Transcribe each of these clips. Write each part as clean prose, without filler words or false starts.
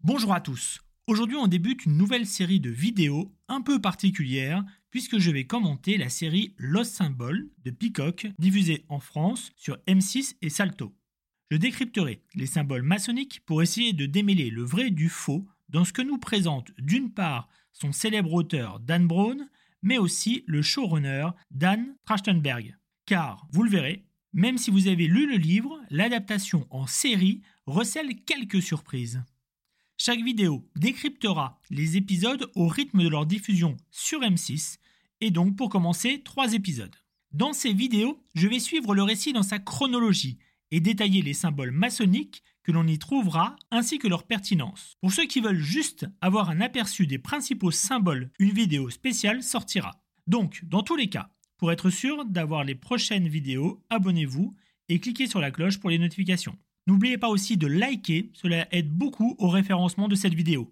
Bonjour à tous. Aujourd'hui, on débute une nouvelle série de vidéos un peu particulière puisque je vais commenter la série Lost Symbols de Peacock diffusée en France sur M6 et Salto. Je décrypterai les symboles maçonniques pour essayer de démêler le vrai du faux dans ce que nous présente d'une part son célèbre auteur Dan Brown, mais aussi le showrunner Dan Trachtenberg. Car, vous le verrez, même si vous avez lu le livre, l'adaptation en série recèle quelques surprises. Chaque vidéo décryptera les épisodes au rythme de leur diffusion sur M6, et donc pour commencer, 3 épisodes. Dans ces vidéos, je vais suivre le récit dans sa chronologie et détailler les symboles maçonniques que l'on y trouvera ainsi que leur pertinence. Pour ceux qui veulent juste avoir un aperçu des principaux symboles, une vidéo spéciale sortira. Donc, dans tous les cas, pour être sûr d'avoir les prochaines vidéos, abonnez-vous et cliquez sur la cloche pour les notifications. N'oubliez pas aussi de liker, cela aide beaucoup au référencement de cette vidéo.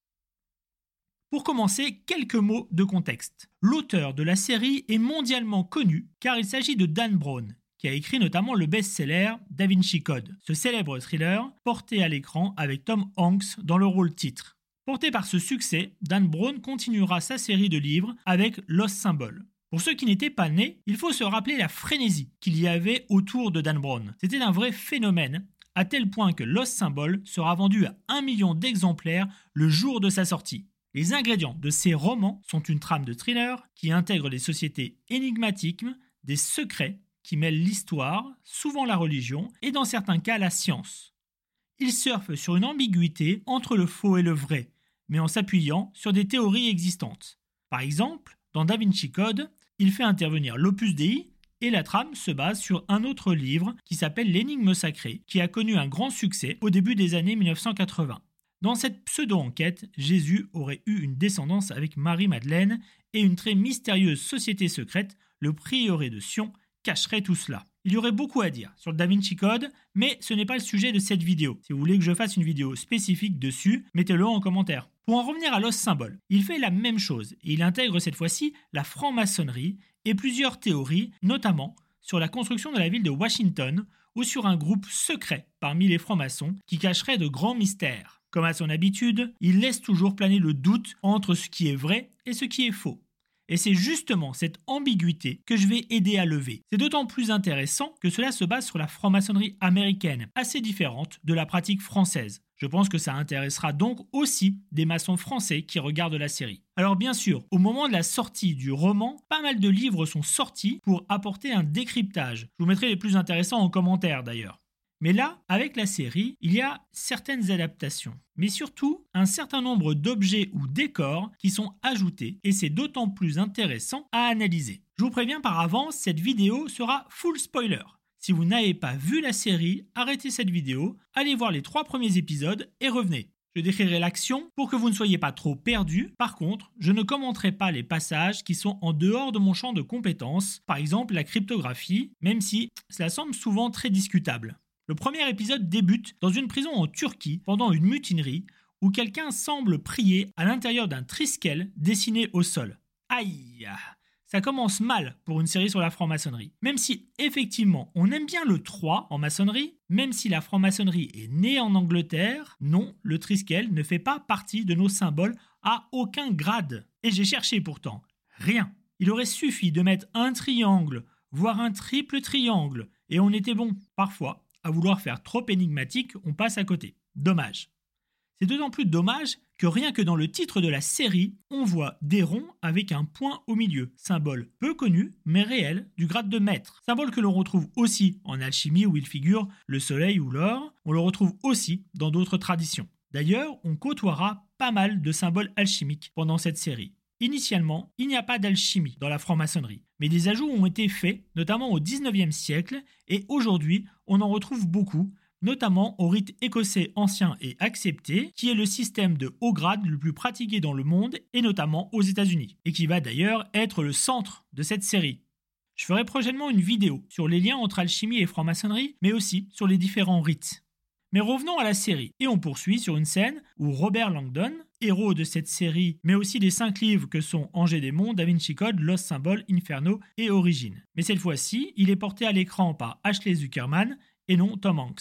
Pour commencer, quelques mots de contexte. L'auteur de la série est mondialement connu car il s'agit de Dan Brown, qui a écrit notamment le best-seller Da Vinci Code, ce célèbre thriller porté à l'écran avec Tom Hanks dans le rôle titre. Porté par ce succès, Dan Brown continuera sa série de livres avec Lost Symbols. Pour ceux qui n'étaient pas nés, il faut se rappeler la frénésie qu'il y avait autour de Dan Brown. C'était un vrai phénomène, à tel point que Lost Symbols sera vendu à 1 million d'exemplaires le jour de sa sortie. Les ingrédients de ces romans sont une trame de thriller qui intègre des sociétés énigmatiques, des secrets qui mêlent l'histoire, souvent la religion, et dans certains cas la science. Il surfe sur une ambiguïté entre le faux et le vrai, mais en s'appuyant sur des théories existantes. Par exemple, dans Da Vinci Code, il fait intervenir l'Opus Dei, et la trame se base sur un autre livre qui s'appelle L'énigme sacrée, qui a connu un grand succès au début des années 1980. Dans cette pseudo-enquête, Jésus aurait eu une descendance avec Marie-Madeleine et une très mystérieuse société secrète, le prieuré de Sion, cacherait tout cela. Il y aurait beaucoup à dire sur le Da Vinci Code, mais ce n'est pas le sujet de cette vidéo. Si vous voulez que je fasse une vidéo spécifique dessus, mettez-le en commentaire. Pour en revenir à Lost Symbols, il fait la même chose et il intègre cette fois-ci la franc-maçonnerie et plusieurs théories, notamment sur la construction de la ville de Washington ou sur un groupe secret parmi les francs-maçons qui cacherait de grands mystères. Comme à son habitude, il laisse toujours planer le doute entre ce qui est vrai et ce qui est faux. Et c'est justement cette ambiguïté que je vais aider à lever. C'est d'autant plus intéressant que cela se base sur la franc-maçonnerie américaine, assez différente de la pratique française. Je pense que ça intéressera donc aussi des maçons français qui regardent la série. Alors bien sûr, au moment de la sortie du roman, pas mal de livres sont sortis pour apporter un décryptage. Je vous mettrai les plus intéressants en commentaire d'ailleurs. Mais là, avec la série, il y a certaines adaptations, mais surtout un certain nombre d'objets ou décors qui sont ajoutés et c'est d'autant plus intéressant à analyser. Je vous préviens par avance, cette vidéo sera full spoiler. Si vous n'avez pas vu la série, arrêtez cette vidéo, allez voir les 3 premiers épisodes et revenez. Je décrirai l'action pour que vous ne soyez pas trop perdus. Par contre, je ne commenterai pas les passages qui sont en dehors de mon champ de compétences, par exemple la cryptographie, même si cela semble souvent très discutable. Le premier épisode débute dans une prison en Turquie pendant une mutinerie où quelqu'un semble prier à l'intérieur d'un triskel dessiné au sol. Aïe! Ça commence mal pour une série sur la franc-maçonnerie. Même si, effectivement, on aime bien le 3 en maçonnerie, même si la franc-maçonnerie est née en Angleterre, non, le triskel ne fait pas partie de nos symboles à aucun grade. Et j'ai cherché pourtant. Rien. Il aurait suffi de mettre un triangle, voire un triple triangle, et on était bon. Parfois, à vouloir faire trop énigmatique, on passe à côté. Dommage. C'est d'autant plus dommage que rien que dans le titre de la série, on voit des ronds avec un point au milieu, symbole peu connu mais réel du grade de maître. Symbole que l'on retrouve aussi en alchimie où il figure le soleil ou l'or, on le retrouve aussi dans d'autres traditions. D'ailleurs, on côtoiera pas mal de symboles alchimiques pendant cette série. Initialement, il n'y a pas d'alchimie dans la franc-maçonnerie, mais des ajouts ont été faits, notamment au 19e siècle, et aujourd'hui, on en retrouve beaucoup, notamment au rite écossais ancien et accepté, qui est le système de haut grade le plus pratiqué dans le monde, et notamment aux États-Unis, et qui va d'ailleurs être le centre de cette série. Je ferai prochainement une vidéo sur les liens entre alchimie et franc-maçonnerie, mais aussi sur les différents rites. Mais revenons à la série, et on poursuit sur une scène où Robert Langdon, héros de cette série, mais aussi des 5 livres que sont Angers Démon, Da Vinci Code, Lost Symbols, Inferno et Origine. Mais cette fois-ci, il est porté à l'écran par Ashley Zuckerman et non Tom Hanks.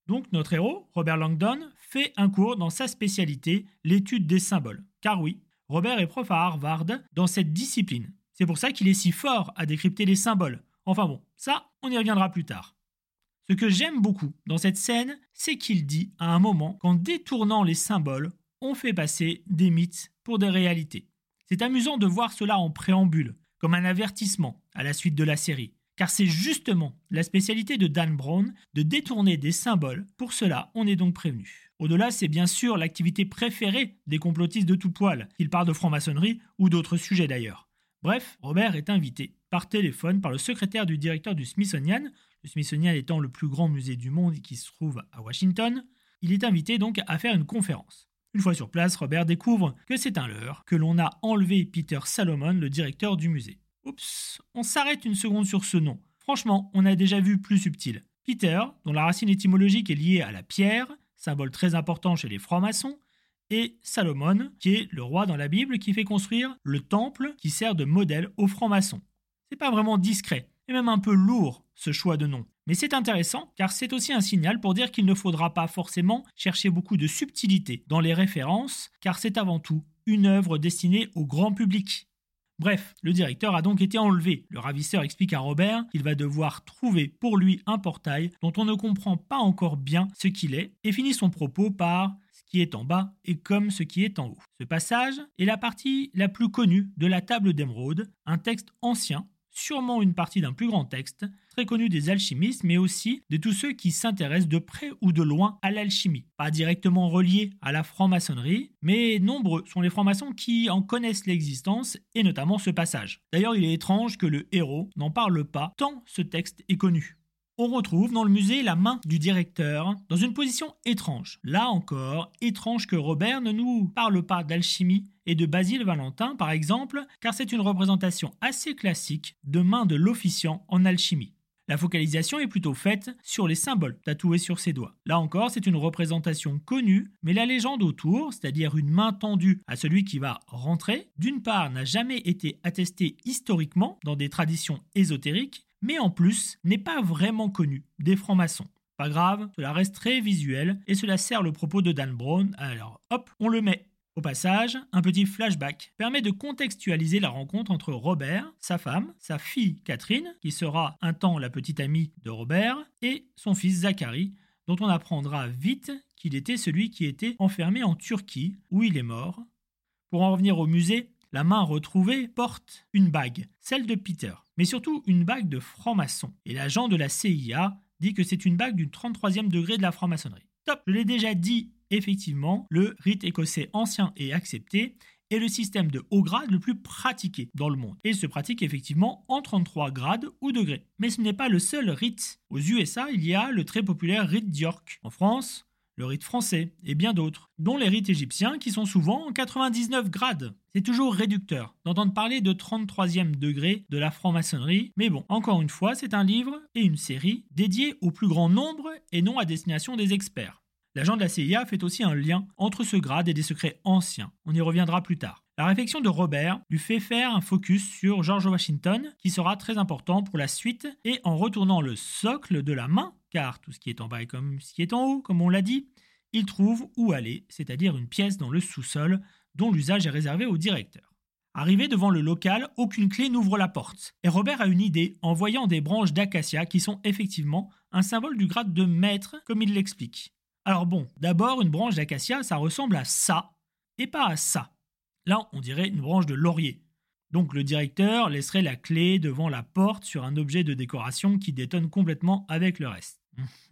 Donc notre héros, Robert Langdon, fait un cours dans sa spécialité, l'étude des symboles. Car oui, Robert est prof à Harvard dans cette discipline. C'est pour ça qu'il est si fort à décrypter les symboles. Enfin bon, ça, on y reviendra plus tard. Ce que j'aime beaucoup dans cette scène, c'est qu'il dit à un moment qu'en détournant les symboles, on fait passer des mythes pour des réalités. C'est amusant de voir cela en préambule, comme un avertissement à la suite de la série, car c'est justement la spécialité de Dan Brown de détourner des symboles. Pour cela, on est donc prévenu. Au-delà, c'est bien sûr l'activité préférée des complotistes de tout poil, qu'ils parlent de franc-maçonnerie ou d'autres sujets d'ailleurs. Bref, Robert est invité par téléphone par le secrétaire du directeur du Smithsonian, le Smithsonian étant le plus grand musée du monde qui se trouve à Washington. Il est invité donc à faire une conférence. Une fois sur place, Robert découvre que c'est un leurre, que l'on a enlevé Peter Salomon, le directeur du musée. Oups, on s'arrête une seconde sur ce nom. Franchement, on a déjà vu plus subtil. Peter, dont la racine étymologique est liée à la pierre, symbole très important chez les francs-maçons, et Salomon, qui est le roi dans la Bible qui fait construire le temple qui sert de modèle aux francs-maçons. C'est pas vraiment discret, et même un peu lourd, ce choix de nom. Mais c'est intéressant, car c'est aussi un signal pour dire qu'il ne faudra pas forcément chercher beaucoup de subtilité dans les références, car c'est avant tout une œuvre destinée au grand public. Bref, le directeur a donc été enlevé. Le ravisseur explique à Robert qu'il va devoir trouver pour lui un portail dont on ne comprend pas encore bien ce qu'il est, et finit son propos par « ce qui est en bas est comme ce qui est en haut ». Ce passage est la partie la plus connue de la table d'émeraude, un texte ancien, sûrement une partie d'un plus grand texte, très connu des alchimistes, mais aussi de tous ceux qui s'intéressent de près ou de loin à l'alchimie. Pas directement reliés à la franc-maçonnerie, mais nombreux sont les francs-maçons qui en connaissent l'existence, et notamment ce passage. D'ailleurs, il est étrange que le héros n'en parle pas, tant ce texte est connu. On retrouve dans le musée la main du directeur dans une position étrange. Là encore, étrange que Robert ne nous parle pas d'alchimie et de Basile Valentin par exemple, car c'est une représentation assez classique de main de l'officiant en alchimie. La focalisation est plutôt faite sur les symboles tatoués sur ses doigts. Là encore, c'est une représentation connue, mais la légende autour, c'est-à-dire une main tendue à celui qui va rentrer, d'une part n'a jamais été attestée historiquement dans des traditions ésotériques, mais en plus n'est pas vraiment connue des francs-maçons. Pas grave, cela reste très visuel et cela sert le propos de Dan Brown, alors hop, on le met. Au passage, un petit flashback permet de contextualiser la rencontre entre Robert, sa femme, sa fille Catherine, qui sera un temps la petite amie de Robert, et son fils Zachary, dont on apprendra vite qu'il était celui qui était enfermé en Turquie, où il est mort. Pour en revenir au musée, la main retrouvée porte une bague, celle de Peter, mais surtout une bague de franc-maçon. Et l'agent de la CIA dit que c'est une bague du 33e degré de la franc-maçonnerie. Top, je l'ai déjà dit, effectivement, le rite écossais ancien et accepté est le système de haut grade le plus pratiqué dans le monde. Et il se pratique effectivement en 33 grades ou degrés. Mais ce n'est pas le seul rite. Aux USA, il y a le très populaire rite d'York. En France, le rite français et bien d'autres, dont les rites égyptiens qui sont souvent en 99 grades. C'est toujours réducteur d'entendre parler de 33e degré de la franc-maçonnerie, mais bon, encore une fois, c'est un livre et une série dédiés au plus grand nombre et non à destination des experts. L'agent de la CIA fait aussi un lien entre ce grade et des secrets anciens. On y reviendra plus tard. La réflexion de Robert lui fait faire un focus sur George Washington, qui sera très important pour la suite, et en retournant le socle de la main, car tout ce qui est en bas est comme ce qui est en haut, comme on l'a dit, il trouve où aller, c'est-à-dire une pièce dans le sous-sol, dont l'usage est réservé au directeur. Arrivé devant le local, aucune clé n'ouvre la porte. Et Robert a une idée en voyant des branches d'acacia qui sont effectivement un symbole du grade de maître, comme il l'explique. Alors bon, d'abord, une branche d'acacia, ça ressemble à ça, et pas à ça. Là, on dirait une branche de laurier. Donc le directeur laisserait la clé devant la porte sur un objet de décoration qui détonne complètement avec le reste.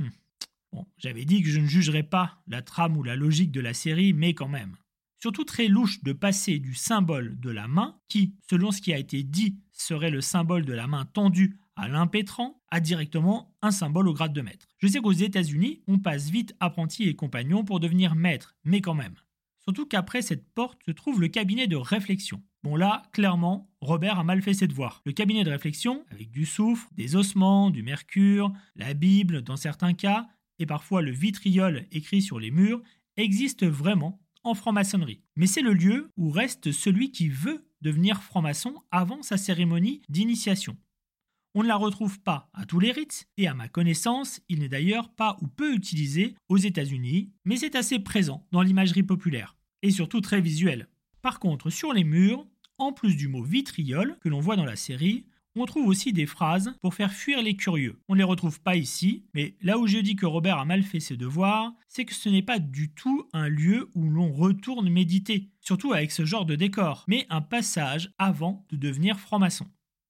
Bon, j'avais dit que je ne jugerais pas la trame ou la logique de la série, mais quand même. Surtout très louche de passer du symbole de la main, qui, selon ce qui a été dit, serait le symbole de la main tendue à l'impétrant, à directement un symbole au grade de maître. Je sais qu'aux États-Unis, on passe vite apprenti et compagnon pour devenir maître, mais quand même. Surtout qu'après cette porte se trouve le cabinet de réflexion. Bon là, clairement, Robert a mal fait ses devoirs. Le cabinet de réflexion, avec du soufre, des ossements, du mercure, la Bible dans certains cas, et parfois le vitriol écrit sur les murs, existe vraiment en franc-maçonnerie. Mais c'est le lieu où reste celui qui veut devenir franc-maçon avant sa cérémonie d'initiation. On ne la retrouve pas à tous les rites, et à ma connaissance, il n'est d'ailleurs pas ou peu utilisé aux États-Unis, mais c'est assez présent dans l'imagerie populaire, et surtout très visuel. Par contre, sur les murs, en plus du mot vitriol que l'on voit dans la série, on trouve aussi des phrases pour faire fuir les curieux. On ne les retrouve pas ici, mais là où je dis que Robert a mal fait ses devoirs, c'est que ce n'est pas du tout un lieu où l'on retourne méditer, surtout avec ce genre de décor, mais un passage avant de devenir franc-maçon.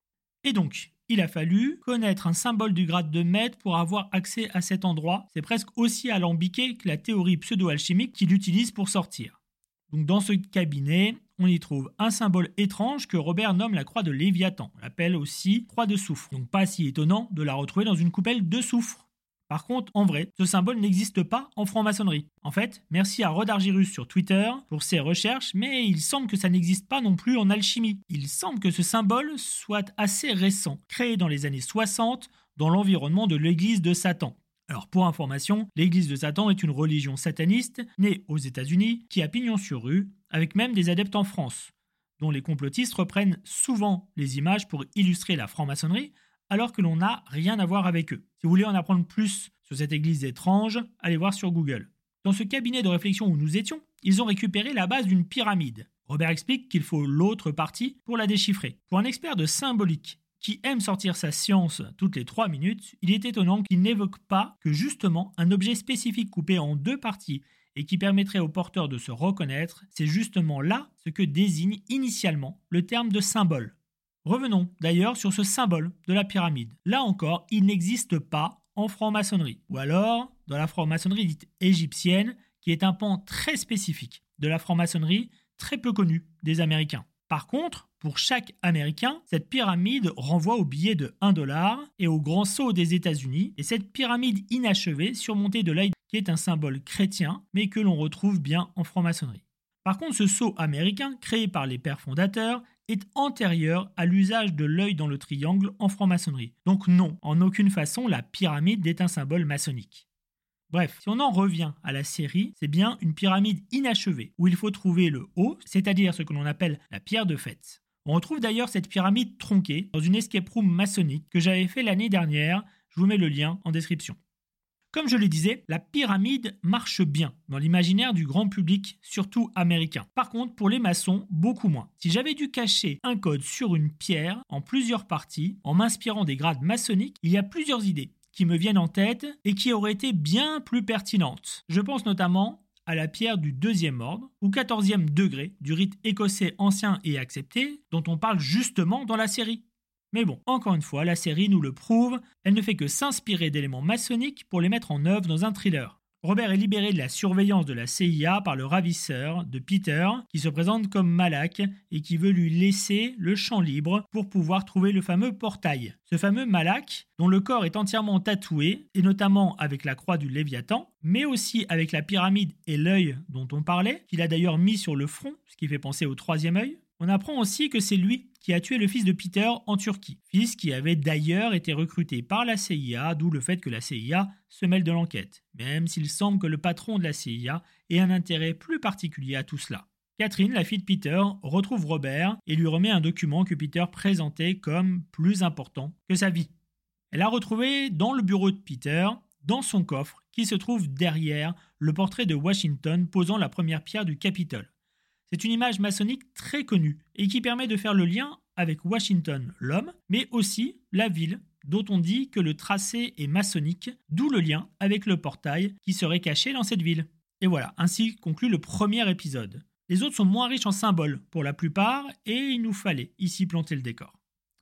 Et donc, il a fallu connaître un symbole du grade de maître pour avoir accès à cet endroit. C'est presque aussi alambiqué que la théorie pseudo-alchimique qu'il utilise pour sortir. Donc dans ce cabinet, on y trouve un symbole étrange que Robert nomme la croix de Léviathan. On l'appelle aussi croix de soufre. Donc pas si étonnant de la retrouver dans une coupelle de soufre. Par contre, en vrai, ce symbole n'existe pas en franc-maçonnerie. En fait, merci à Rodargyrus sur Twitter pour ses recherches, mais il semble que ça n'existe pas non plus en alchimie. Il semble que ce symbole soit assez récent, créé dans les années 60 dans l'environnement de l'église de Satan. Alors pour information, l'église de Satan est une religion sataniste née aux États-Unis qui a pignon sur rue, avec même des adeptes en France, dont les complotistes reprennent souvent les images pour illustrer la franc-maçonnerie, alors que l'on n'a rien à voir avec eux. Si vous voulez en apprendre plus sur cette église étrange, allez voir sur Google. Dans ce cabinet de réflexion où nous étions, ils ont récupéré la base d'une pyramide. Robert explique qu'il faut l'autre partie pour la déchiffrer. Pour un expert de symbolique qui aime sortir sa science toutes les 3 minutes, il est étonnant qu'il n'évoque pas que justement un objet spécifique coupé en 2 parties et qui permettrait au porteur de se reconnaître, c'est justement là ce que désigne initialement le terme de symbole. Revenons d'ailleurs sur ce symbole de la pyramide. Là encore, il n'existe pas en franc-maçonnerie, ou alors dans la franc-maçonnerie dite égyptienne, qui est un pan très spécifique de la franc-maçonnerie, très peu connu des Américains. Par contre, pour chaque Américain, cette pyramide renvoie au billet de $1 et au grand sceau des États-Unis, et cette pyramide inachevée surmontée de l'œil qui est un symbole chrétien, mais que l'on retrouve bien en franc-maçonnerie. Par contre, ce sceau américain, créé par les pères fondateurs, est antérieur à l'usage de l'œil dans le triangle en franc-maçonnerie. Donc non, en aucune façon, la pyramide est un symbole maçonnique. Bref, si on en revient à la série, c'est bien une pyramide inachevée, où il faut trouver le haut, c'est-à-dire ce que l'on appelle la pierre de fête. On retrouve d'ailleurs cette pyramide tronquée dans une escape room maçonnique que j'avais fait l'année dernière, je vous mets le lien en description. Comme je le disais, la pyramide marche bien dans l'imaginaire du grand public, surtout américain. Par contre, pour les maçons, beaucoup moins. Si j'avais dû cacher un code sur une pierre en plusieurs parties, en m'inspirant des grades maçonniques, il y a plusieurs idées qui me viennent en tête et qui auraient été bien plus pertinentes. Je pense notamment à la pierre du 2e ordre ou 14e degré du rite écossais ancien et accepté dont on parle justement dans la série. Mais bon, encore une fois, la série nous le prouve, elle ne fait que s'inspirer d'éléments maçonniques pour les mettre en œuvre dans un thriller. Robert est libéré de la surveillance de la CIA par le ravisseur de Peter, qui se présente comme Malak et qui veut lui laisser le champ libre pour pouvoir trouver le fameux portail. Ce fameux Malak, dont le corps est entièrement tatoué, et notamment avec la croix du Léviathan, mais aussi avec la pyramide et l'œil dont on parlait, qu'il a d'ailleurs mis sur le front, ce qui fait penser au 3e œil. On apprend aussi que c'est lui qui a tué le fils de Peter en Turquie, fils qui avait d'ailleurs été recruté par la CIA, d'où le fait que la CIA se mêle de l'enquête, même s'il semble que le patron de la CIA ait un intérêt plus particulier à tout cela. Catherine, la fille de Peter, retrouve Robert et lui remet un document que Peter présentait comme plus important que sa vie. Elle a retrouvé dans le bureau de Peter, dans son coffre, qui se trouve derrière le portrait de Washington posant la première pierre du Capitole. C'est une image maçonnique très connue et qui permet de faire le lien avec Washington, l'homme, mais aussi la ville, dont on dit que le tracé est maçonnique, d'où le lien avec le portail qui serait caché dans cette ville. Et voilà, ainsi conclut le premier épisode. Les autres sont moins riches en symboles pour la plupart et il nous fallait ici planter le décor.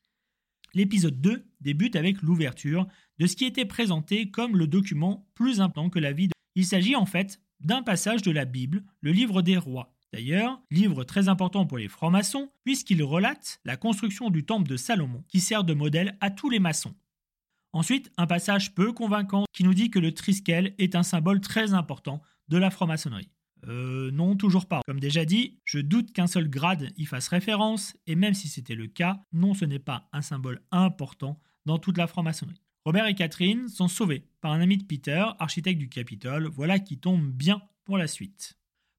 L'épisode 2 débute avec l'ouverture de ce qui était présenté comme le document plus important que la vie. Il s'agit en fait d'un passage de la Bible, le livre des rois. D'ailleurs, livre très important pour les francs-maçons, puisqu'il relate la construction du temple de Salomon, qui sert de modèle à tous les maçons. Ensuite, un passage peu convaincant qui nous dit que le triskel est un symbole très important de la franc-maçonnerie. Non, toujours pas. Comme déjà dit, je doute qu'un seul grade y fasse référence, et même si c'était le cas, non, ce n'est pas un symbole important dans toute la franc-maçonnerie. Robert et Catherine sont sauvés par un ami de Peter, architecte du Capitole, voilà qui tombe bien pour la suite.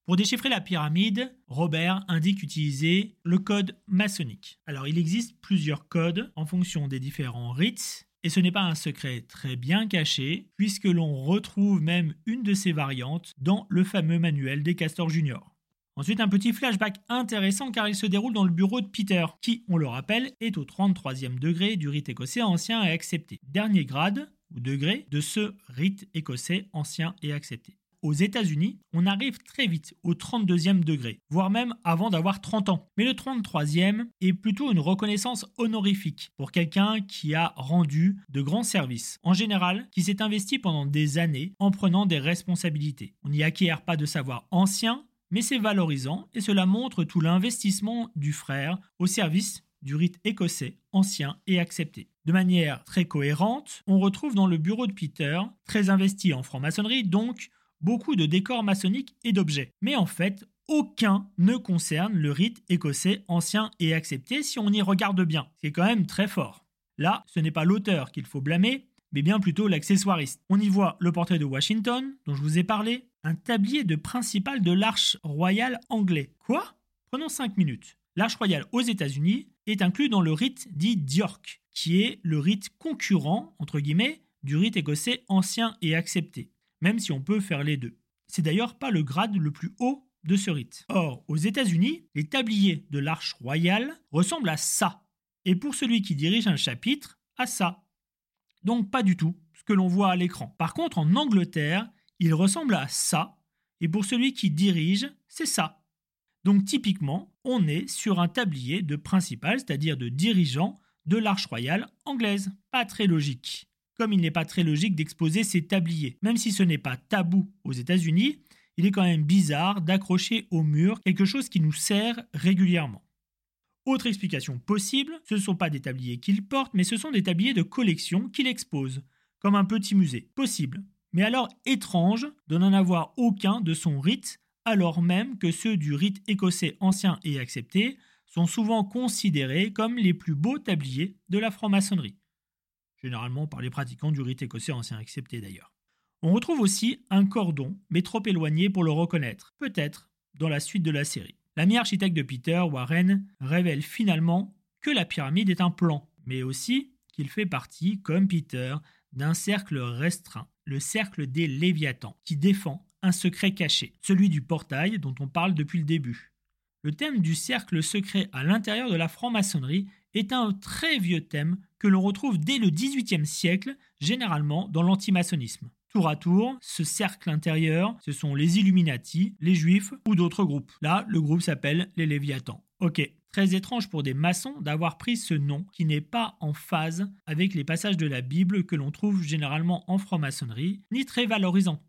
Pour déchiffrer la pyramide, Robert indique utiliser le code maçonnique. Alors il existe plusieurs codes en fonction des différents rites, et ce n'est pas un secret très bien caché, puisque l'on retrouve même une de ces variantes dans le fameux manuel des Castors Junior. Ensuite, un petit flashback intéressant car il se déroule dans le bureau de Peter, qui, on le rappelle, est au 33e degré du rite écossais ancien et accepté. Dernier grade, ou degré, de ce rite écossais ancien et accepté. Aux États-Unis, on arrive très vite au 32e degré, voire même avant d'avoir 30 ans. Mais le 33e est plutôt une reconnaissance honorifique pour quelqu'un qui a rendu de grands services, en général qui s'est investi pendant des années en prenant des responsabilités. On n'y acquiert pas de savoir ancien, mais c'est valorisant et cela montre tout l'investissement du frère au service du rite écossais ancien et accepté. De manière très cohérente, on retrouve dans le bureau de Peter, très investi en franc-maçonnerie, donc beaucoup de décors maçonniques et d'objets. Mais en fait, aucun ne concerne le rite écossais ancien et accepté si on y regarde bien. C'est quand même très fort. Là, ce n'est pas l'auteur qu'il faut blâmer, mais bien plutôt l'accessoiriste. On y voit le portrait de Washington, dont je vous ai parlé, un tablier de principal de l'Arche royale anglais. Quoi ? Prenons 5 minutes. L'Arche royale aux États-Unis est inclus dans le rite dit d'York, qui est le rite concurrent, entre guillemets, du rite écossais ancien et accepté, même si on peut faire les deux. C'est d'ailleurs pas le grade le plus haut de ce rite. Or, aux États-Unis, les tabliers de l'Arche royale ressemblent à ça, et pour celui qui dirige un chapitre, à ça. Donc pas du tout ce que l'on voit à l'écran. Par contre, en Angleterre, il ressemble à ça, et pour celui qui dirige, c'est ça. Donc typiquement, on est sur un tablier de principal, c'est-à-dire de dirigeant de l'Arche royale anglaise. Pas très logique. Comme il n'est pas très logique d'exposer ces tabliers. Même si ce n'est pas tabou aux États-Unis, il est quand même bizarre d'accrocher au mur quelque chose qui nous sert régulièrement. Autre explication possible, ce ne sont pas des tabliers qu'il porte, mais ce sont des tabliers de collection qu'il expose, comme un petit musée. Possible. Mais alors étrange de n'en avoir aucun de son rite, alors même que ceux du rite écossais ancien et accepté sont souvent considérés comme les plus beaux tabliers de la franc-maçonnerie. Généralement par les pratiquants du rite écossais ancien accepté d'ailleurs. On retrouve aussi un cordon, mais trop éloigné pour le reconnaître, peut-être dans la suite de la série. L'ami architecte de Peter, Warren, révèle finalement que la pyramide est un plan, mais aussi qu'il fait partie, comme Peter, d'un cercle restreint, le cercle des Léviathans, qui défend un secret caché, celui du portail dont on parle depuis le début. Le thème du cercle secret à l'intérieur de la franc-maçonnerie est un très vieux thème que l'on retrouve dès le XVIIIe siècle, généralement dans l'antimaçonnisme. Tour à tour, ce cercle intérieur, ce sont les Illuminati, les Juifs ou d'autres groupes. Là, le groupe s'appelle les Léviathans. Ok, très étrange pour des maçons d'avoir pris ce nom qui n'est pas en phase avec les passages de la Bible que l'on trouve généralement en franc-maçonnerie, ni très valorisant.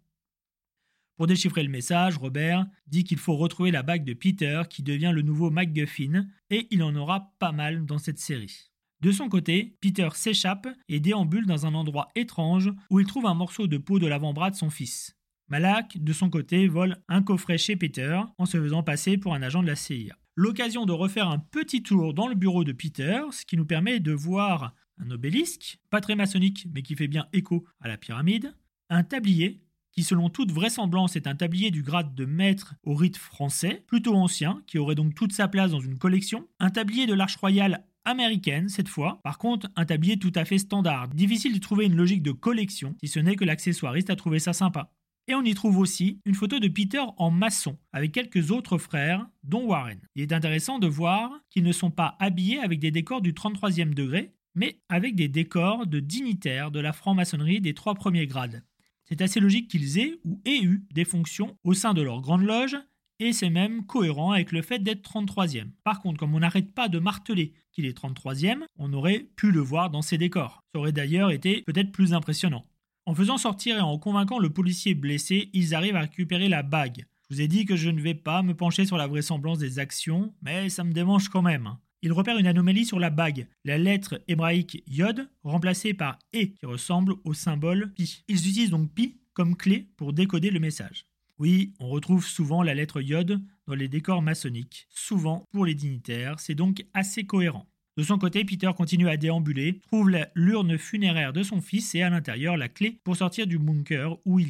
Pour déchiffrer le message, Robert dit qu'il faut retrouver la bague de Peter qui devient le nouveau MacGuffin, et il en aura pas mal dans cette série. De son côté, Peter s'échappe et déambule dans un endroit étrange où il trouve un morceau de peau de l'avant-bras de son fils. Malak, de son côté, vole un coffret chez Peter en se faisant passer pour un agent de la CIA. L'occasion de refaire un petit tour dans le bureau de Peter, ce qui nous permet de voir un obélisque, pas très maçonnique mais qui fait bien écho à la pyramide, un tablier qui selon toute vraisemblance est un tablier du grade de maître au rite français, plutôt ancien, qui aurait donc toute sa place dans une collection, un tablier de l'Arche royale américaine cette fois, par contre un tablier tout à fait standard, difficile de trouver une logique de collection, si ce n'est que l'accessoiriste a trouvé ça sympa. Et on y trouve aussi une photo de Peter en maçon, avec quelques autres frères, dont Warren. Il est intéressant de voir qu'ils ne sont pas habillés avec des décors du 33e degré, mais avec des décors de dignitaires de la franc-maçonnerie des 3 premiers grades. C'est assez logique qu'ils aient ou aient eu des fonctions au sein de leur grande loge, et c'est même cohérent avec le fait d'être 33e. Par contre, comme on n'arrête pas de marteler qu'il est 33e, on aurait pu le voir dans ces décors. Ça aurait d'ailleurs été peut-être plus impressionnant. En faisant sortir et en convainquant le policier blessé, ils arrivent à récupérer la bague. Je vous ai dit que je ne vais pas me pencher sur la vraisemblance des actions, mais ça me démange quand même. Ils repèrent une anomalie sur la bague, la lettre hébraïque Yod, remplacée par E, qui ressemble au symbole Pi. Ils utilisent donc Pi comme clé pour décoder le message. Oui, on retrouve souvent la lettre Yod dans les décors maçonniques, souvent pour les dignitaires, c'est donc assez cohérent. De son côté, Peter continue à déambuler, trouve l'urne funéraire de son fils et à l'intérieur la clé pour sortir du bunker où il est.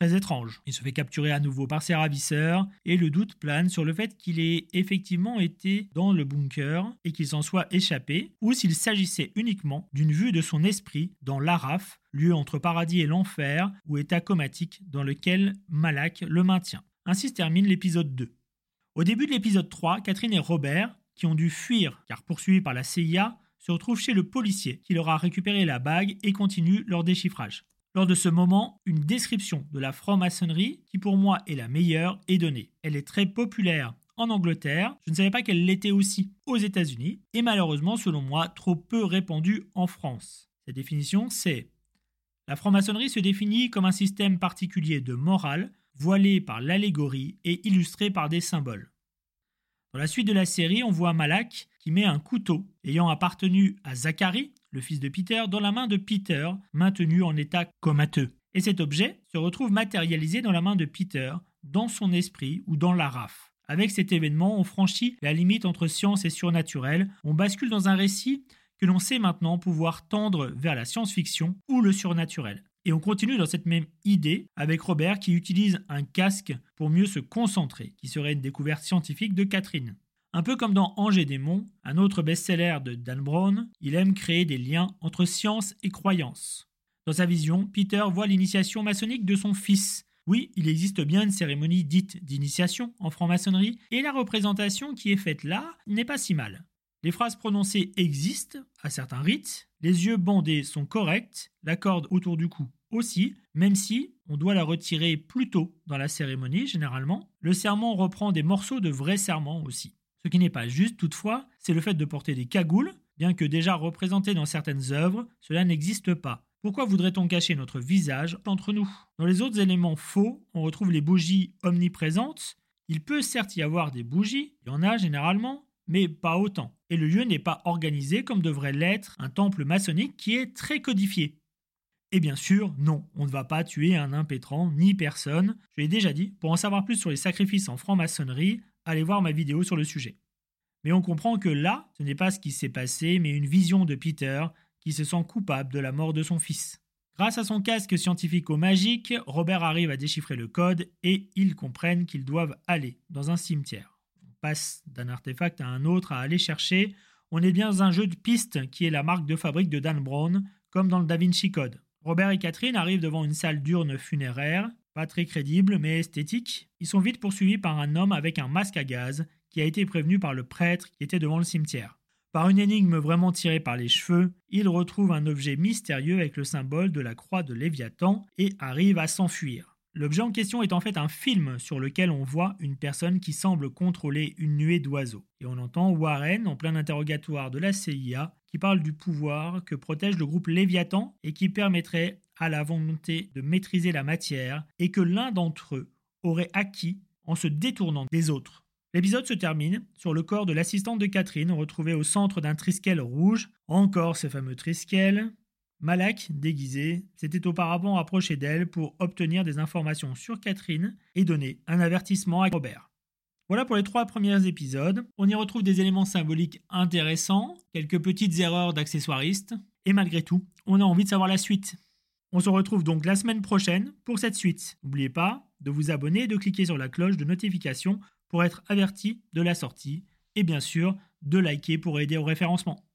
Très étrange. Il se fait capturer à nouveau par ses ravisseurs et le doute plane sur le fait qu'il ait effectivement été dans le bunker et qu'il s'en soit échappé, ou s'il s'agissait uniquement d'une vue de son esprit dans l'Araf, lieu entre paradis et l'enfer ou état comatique dans lequel Malak le maintient. Ainsi se termine l'épisode 2. Au début de l'épisode 3, Catherine et Robert, qui ont dû fuir car poursuivis par la CIA, se retrouvent chez le policier qui leur a récupéré la bague et continue leur déchiffrage. Lors de ce moment, une description de la franc-maçonnerie, qui pour moi est la meilleure, est donnée. Elle est très populaire en Angleterre, je ne savais pas qu'elle l'était aussi aux États-Unis, et malheureusement, selon moi, trop peu répandue en France. Cette définition, c'est: la franc-maçonnerie se définit comme un système particulier de morale, voilé par l'allégorie et illustré par des symboles. Dans la suite de la série, on voit Malak qui met un couteau ayant appartenu à Zachary, le fils de Peter, dans la main de Peter, maintenu en état comateux. Et cet objet se retrouve matérialisé dans la main de Peter, dans son esprit ou dans l'Araf. Avec cet événement, on franchit la limite entre science et surnaturel, on bascule dans un récit que l'on sait maintenant pouvoir tendre vers la science-fiction ou le surnaturel. Et on continue dans cette même idée avec Robert qui utilise un casque pour mieux se concentrer, qui serait une découverte scientifique de Catherine. Un peu comme dans Ange et démons, un autre best-seller de Dan Brown, il aime créer des liens entre science et croyance. Dans sa vision, Peter voit l'initiation maçonnique de son fils. Oui, il existe bien une cérémonie dite d'initiation en franc-maçonnerie, et la représentation qui est faite là n'est pas si mal. Les phrases prononcées existent à certains rites, les yeux bandés sont corrects, la corde autour du cou aussi, même si on doit la retirer plus tôt dans la cérémonie généralement. Le serment reprend des morceaux de vrais serments aussi. Ce qui n'est pas juste toutefois, c'est le fait de porter des cagoules, bien que déjà représenté dans certaines œuvres, cela n'existe pas. Pourquoi voudrait-on cacher notre visage entre nous ? Dans les autres éléments faux, on retrouve les bougies omniprésentes. Il peut certes y avoir des bougies, il y en a généralement, mais pas autant. Et le lieu n'est pas organisé comme devrait l'être un temple maçonnique qui est très codifié. Et bien sûr, non, on ne va pas tuer un impétrant ni personne. Je l'ai déjà dit, pour en savoir plus sur les sacrifices en franc-maçonnerie, allez voir ma vidéo sur le sujet. Mais on comprend que là, ce n'est pas ce qui s'est passé, mais une vision de Peter qui se sent coupable de la mort de son fils. Grâce à son casque scientifico-magique, Robert arrive à déchiffrer le code et ils comprennent qu'ils doivent aller dans un cimetière. On passe d'un artefact à un autre à aller chercher. On est bien dans un jeu de piste qui est la marque de fabrique de Dan Brown, comme dans le Da Vinci Code. Robert et Catherine arrivent devant une salle d'urne funéraire, pas très crédible mais esthétique. Ils sont vite poursuivis par un homme avec un masque à gaz qui a été prévenu par le prêtre qui était devant le cimetière. Par une énigme vraiment tirée par les cheveux, il retrouve un objet mystérieux avec le symbole de la croix de Léviathan et arrive à s'enfuir. L'objet en question est en fait un film sur lequel on voit une personne qui semble contrôler une nuée d'oiseaux. Et on entend Warren en plein interrogatoire de la CIA qui parle du pouvoir que protège le groupe Léviathan et qui permettrait à la volonté de maîtriser la matière et que l'un d'entre eux aurait acquis en se détournant des autres. L'épisode se termine sur le corps de l'assistante de Catherine retrouvé au centre d'un triskel rouge. Encore ce fameux triskel. Malak, déguisé, s'était auparavant approché d'elle pour obtenir des informations sur Catherine et donner un avertissement à Robert. Voilà pour les 3 premiers épisodes. On y retrouve des éléments symboliques intéressants, quelques petites erreurs d'accessoiristes, et malgré tout, on a envie de savoir la suite. On se retrouve donc la semaine prochaine pour cette suite. N'oubliez pas de vous abonner et de cliquer sur la cloche de notification pour être averti de la sortie, et bien sûr, de liker pour aider au référencement.